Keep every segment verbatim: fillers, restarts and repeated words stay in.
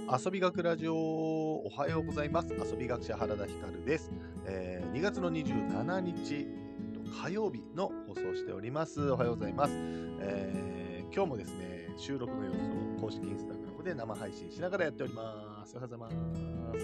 遊び学ラジオ、おはようございます。遊び学者原田光です。えー、にがつのにじゅうしちにち、えーと、火曜日の放送をしております。おはようございます。えー、今日もですね、収録の様子を公式インスタグラムで生配信しながらやっております。おはようございます。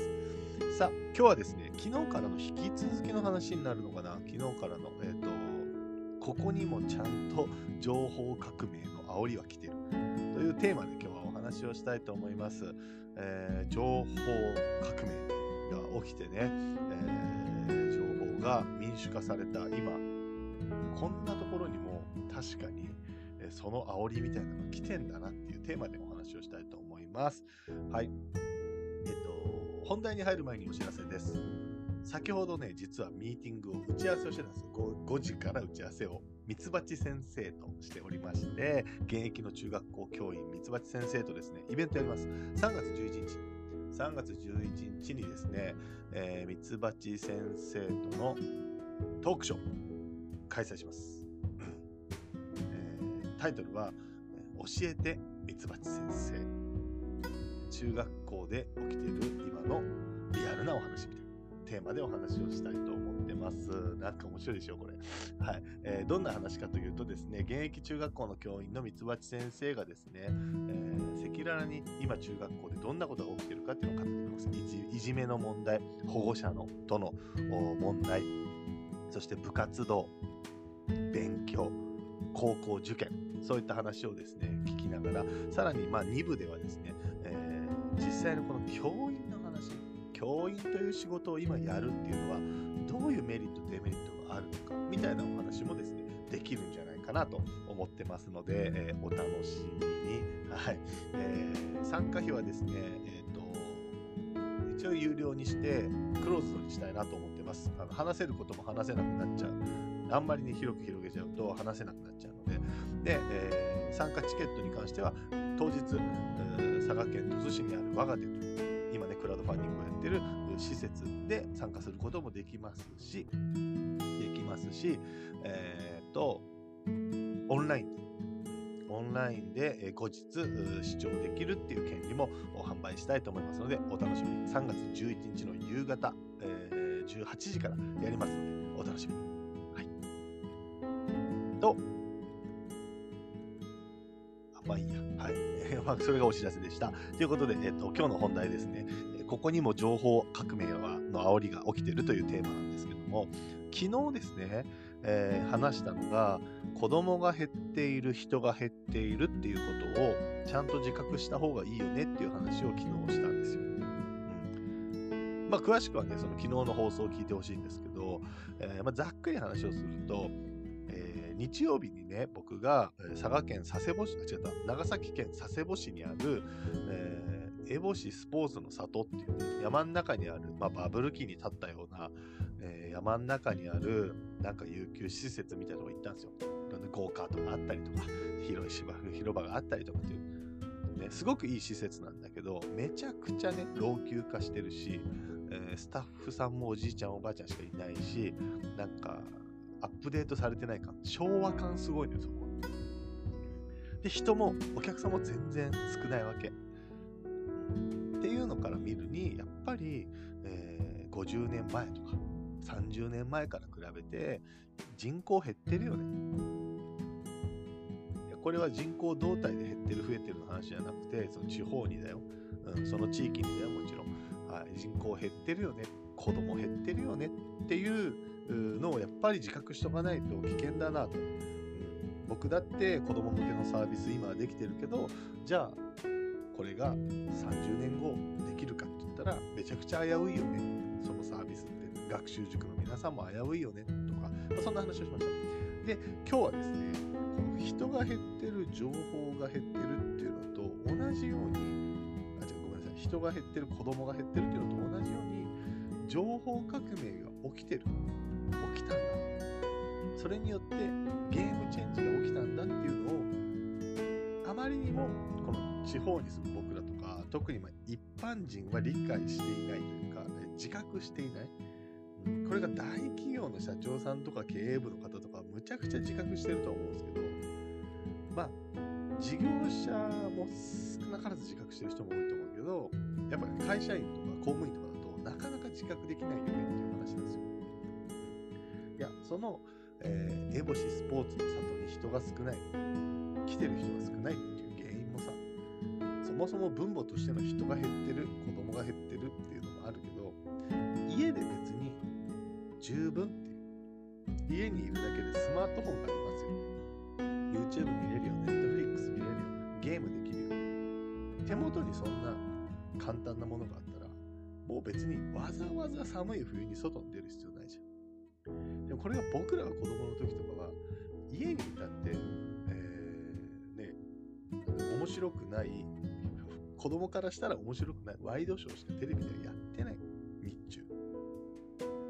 さあ、今日はですね、昨日からの引き続きの話になるのかな。昨日からの、えっと、ここにもちゃんと情報革命の煽りは来てるというテーマで今日はお話をしたいと思います。えー、情報革命が起きてね、えー、情報が民主化された今、こんなところにも確かに、えー、その煽りみたいなのが来てんだなっていうテーマでお話をしたいと思います。はい。えっと、本題に入る前にお知らせです。先ほどね、実はミーティングを打ち合わせをしてたんですよ。ごじから打ち合わせをミツバチ先生としておりまして、現役の中学校教員ミツバチ先生とですね、イベントやります。さんがつじゅういちにち。さんがつじゅういちにちにですね、えー、ミツバチ先生とのトークショー開催します。えー、タイトルは、教えてミツバチ先生。中学校で起きている今のリアルなお話みたいなテーマでお話をしたいと思ってます。なんか面白いでしょこれ。はい、えー。どんな話かというとですね、現役中学校の教員のミツバチ先生がですね、えー、赤裸々に今中学校でどんなことが起きているかっていうのを語っています。いじ、いじめの問題、保護者のとの問題、そして部活動、勉強、高校受験、そういった話をですね、聞きながら、さらにまあに部ではですね、えー、実際のこの教員の話、教員という仕事を今やるっていうのはどういうメリットデメリットがあるのかみたいなお話もですねできるんじゃないかなと思ってますので、えー、お楽しみに。はい、えー、参加費はですね、えー、と一応有料にしてクローズドにしたいなと思ってます。あの話せることも話せなくなっちゃう、あんまりね広く広げちゃうと話せなくなっちゃうので、で、えー、参加チケットに関しては当日、えー、佐賀県鳥栖市にある我が手という今ねクラウドファンディングをやってる施設で参加することもできますしできますしえー、っとオンラインでオンラインで後日視聴できるっていう権利も販売したいと思いますのでお楽しみに。さんがつじゅういちにちの夕方、えー、じゅうはちじからやりますのでお楽しみに。はい。とまあいいや。はい。まあ、それがお知らせでした。ということで、えっと、今日の本題ですね。ここにも情報革命はの煽りが起きているというテーマなんですけども、昨日ですね、えー、話したのが、子供が減っている、人が減っているっていうことをちゃんと自覚した方がいいよねっていう話を昨日したんですよ。うん。まあ、詳しくはね、その昨日の放送を聞いてほしいんですけど、えーまあ、ざっくり話をすると、えー、日曜日にね、僕が佐賀県佐世保市、あ、違った、長崎県佐世保市にある、えー、烏帽子スポーツの里っていう、ね、山の中にある、まあ、バブル期に建ったような、えー、山の中にあるなんか有給施設みたいなとこ行ったんですよ。いろんなゴーカートがあったりとか、広い芝生広場があったりとかっていう、ね、すごくいい施設なんだけど、めちゃくちゃね、老朽化してるし、えー、スタッフさんもおじいちゃんおばあちゃんしかいないし、なんか、アップデートされてない感、昭和感すごいのよ、そこ。で、人も、お客さんも全然少ないわけ。っていうのから見るに、やっぱり、えー、ごじゅうねんまえとか、さんじゅうねんまえから比べて、人口減ってるよね。いや、これは人口動態で減ってる、増えてるの話じゃなくて、その地方にだよ。うん、その地域にだよ、もちろん。はい、人口減ってるよね。子供減ってるよね。っていうのをやっぱり自覚しとかないと危険だなと、うん、僕だって子供向けのサービス今はできてるけど、じゃあこれがさんじゅうねんごできるかって言ったらめちゃくちゃ危ういよね。そのサービスって学習塾の皆さんも危ういよねとか、まあ、そんな話をしました。で、今日はですね、この人が減ってる、情報が減ってるっていうのと同じように、あ、違う、ごめんなさい、人が減ってる、子供が減ってるっていうのと同じように情報革命が起きてる、起きたんだ、それによってゲームチェンジが起きたんだっていうのをあまりにもこの地方に住む僕らとか、特にまあ一般人は理解していないというか自覚していない。これが大企業の社長さんとか経営部の方とかむちゃくちゃ自覚してるとは思うんですけど、まあ事業者も少なからず自覚してる人も多いと思うけど、 やっぱり会社員とか公務員とかだとなかなか自覚できないよねっていう話なんですよ。いや、その、えー、エボシスポーツの里に人が少ない、来てる人が少ないっていう原因もさ、そもそも分母としての人が減ってる、子供が減ってるっていうのもあるけど、家で別に十分っていう、家にいるだけでスマートフォンがありますよ。YouTube 見れるよ、Netflix 見れるよ、ゲームできるよ。手元にそんな簡単なものがあったら、もう別にわざわざ寒い冬に外に出る必要ないじゃん。でもこれが僕らが子供の時とかは、家にいたって、えー、ね、面白くない、子供からしたら面白くないワイドショーしかテレビではやってない。日中とか。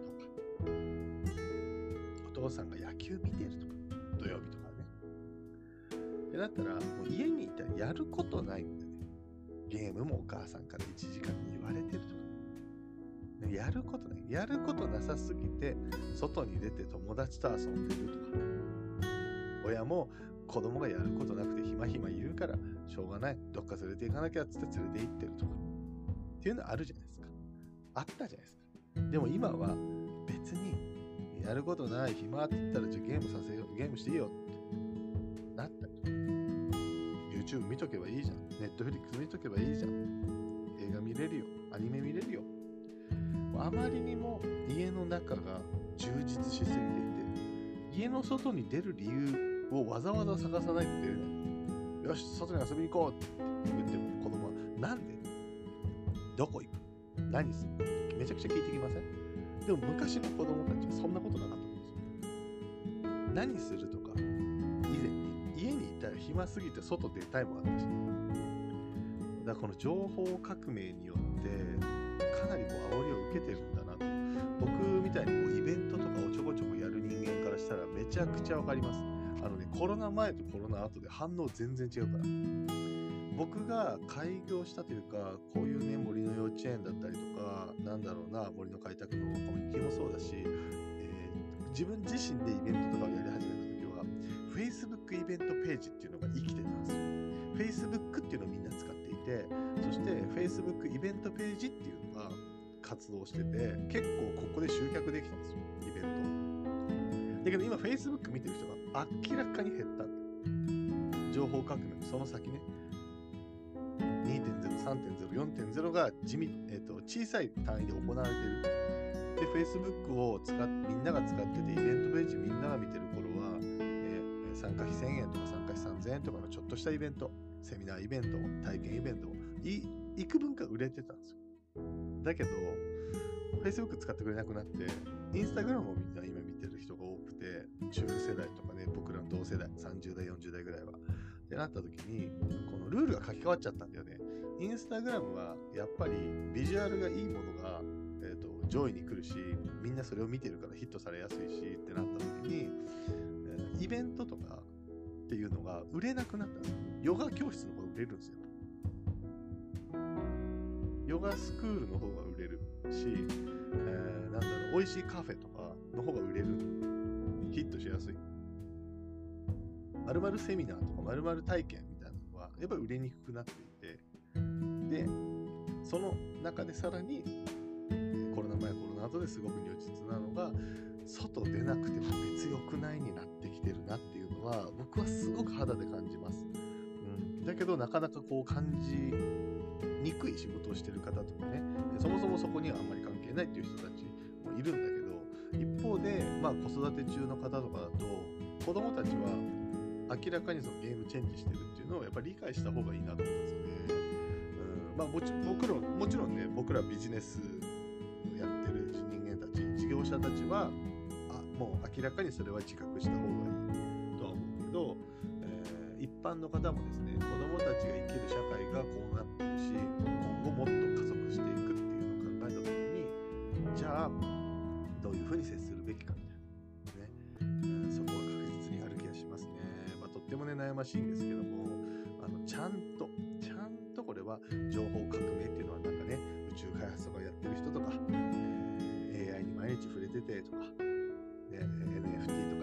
お父さんが野球見てるとか、土曜日とかね。でだったら、もう家にいたらやることないんだよね。ゲームもお母さんからいちじかんに言われてるとか。やることない。やることなさすぎて、外に出て友達と遊んでるとか。親も子供がやることなくて暇暇言うから、しょうがない。どっか連れて行かなきゃっつって連れて行ってるとか。っていうのあるじゃないですか。あったじゃないですか。でも今は別に、やることない暇って言ったら、じゃあゲームさせよう。ゲームしていいよってなったりとか。YouTube 見とけばいいじゃん。Netflix 見とけばいいじゃん。映画見れるよ。アニメ見れるよ。あまりにも家の中が充実しすぎていて、家の外に出る理由をわざわざ探さないと出れない。よし、外に遊びに行こうって言っても子供は、なんでどこ行く何するってめちゃくちゃ聞いてきません？でも昔の子供たちはそんなことなかったんですよ。何するとか、以前に家にいたら暇すぎて外出たいもあったし、だからこの情報革命によってかなりこう煽りを受けてるんだなと。僕みたいにこうイベントとかをちょこちょこやる人間からしたらめちゃくちゃわかります。あのね、コロナ前とコロナ後で反応全然違うから。僕が開業したというか、こういうね、森の幼稚園だったりとか、なんだろうな、森の開拓のコミュニティもそうだし、えー、自分自身でイベントとかをやり始めた時は、Facebook イベントページっていうのが生きてたんですよ。Facebook っていうのをみんな使っていて、そして Facebook イベントページっていうのが活動してて、結構ここで集客できたんですよ、イベント。だけど今 Facebook 見てる人が明らかに減った。情報革命のその先ね。にてんゼロ、さんてんゼロ、よんてんゼロ が地味、えーと、小さい単位で行われている。で、Facebook を使っみんなが使ってて、イベントページみんなが見てる頃は、えー、参加費せんえんとか参加費さんぜんえんとかのちょっとしたイベント、セミナーイベント、体験イベント、い幾分か売れてたんですよ。だけど、Facebook 使ってくれなくなって、Instagram もみんな今見てる人が多くて、中世代とかね、僕らの同世代、さんじゅう代、よんじゅう代ぐらいは。ってなった時に、このルールが書き換わっちゃったんだよね。インスタグラムはやっぱりビジュアルがいいものが、えーと、上位に来るし、みんなそれを見てるからヒットされやすいしってなった時に、えー、イベントとかっていうのが売れなくなったんですよ。ヨガ教室の方が売れるんですよ。ヨガスクールの方が売れるし、えー、なんだろう、美味しいカフェとかの方が売れる。ヒットしやすい。〇〇セミナーとか〇〇体験みたいなのはやっぱり売れにくくなっていて、で、その中でさらにコロナ前コロナ後ですごく如実なのが、外出なくても別欲ないになってきてるなっていうのは僕はすごく肌で感じます。うん、だけどなかなかこう感じにくい仕事をしてる方とかね、そもそもそこにはあんまり関係ないっていう人たちもいるんだけど、一方で、まあ、子育て中の方とかだと子供たちは明らかにそのゲームチェンジしてるっていうのをやっぱり理解した方がいいなと思ったんですよね。うん、まあもち僕らもちろんね、僕らビジネスやってる人間たち、事業者たちはあもう明らかにそれは自覚した方がいいとは思うけど、えー、一般の方もですね、子供たちが生きる社会がこうなってるし、今後もっと加速していくっていうのを考えた時に、じゃあどういうふうに接するべきかみたいなね、うん、そこは確実にある気がしますね。まあ、とってもね悩ましいんですけども、あのちゃんとちゃんとこれは情報革命っていうのはなんかね、宇宙開発とかやってる人とか、えー、エーアイ に毎日触れててとか、ね、エヌエフティー とか ダオ やって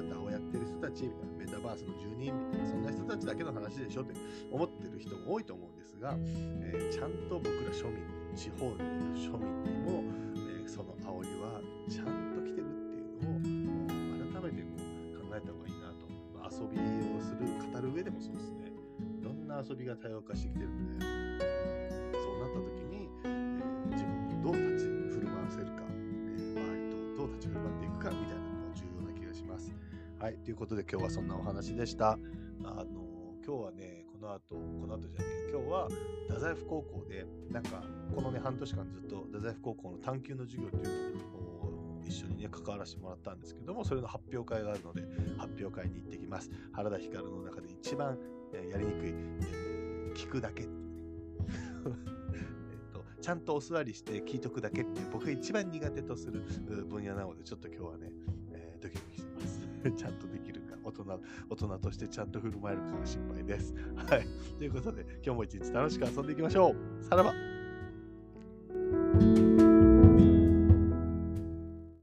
ってる人たちみたいな、メタバースの住人みたいな、そんな人たちだけの話でしょって思ってる人も多いと思うんですが、えー、ちゃんと僕ら庶民、地方にいる庶民にも、えー、その煽りはちゃんと来てるっていうのを改めてこう考えた方がいいなと。遊びをする、語る上でもそうですね。いろんな遊びが多様化してきてるんで、そうなった時に、えー、自分をどう立ち振る舞わせるか、えー、周りとどう立ち振る舞っていくかみたいなのが重要な気がします。はい、ということで今日はそんなお話でした。あの今日はね、この後、この後じゃねえ、今日は太宰府高校で、なんかこのね半年間ずっと太宰府高校の探究の授業っていうのを一緒にね関わらせてもらったんですけども、それの発表会があるので発表会に行ってきます。原田光の中で一番、えー、やりにくい、えー、聞くだけっていうねえとちゃんとお座りして聞いとくだけっていう僕が一番苦手とする分野なので、ちょっと今日はね、えー、ドキドキしてますちゃんとできるか、大人大人としてちゃんと振る舞えるかが心配です。はい、ということで今日も一日楽しく遊んでいきましょう。さらば。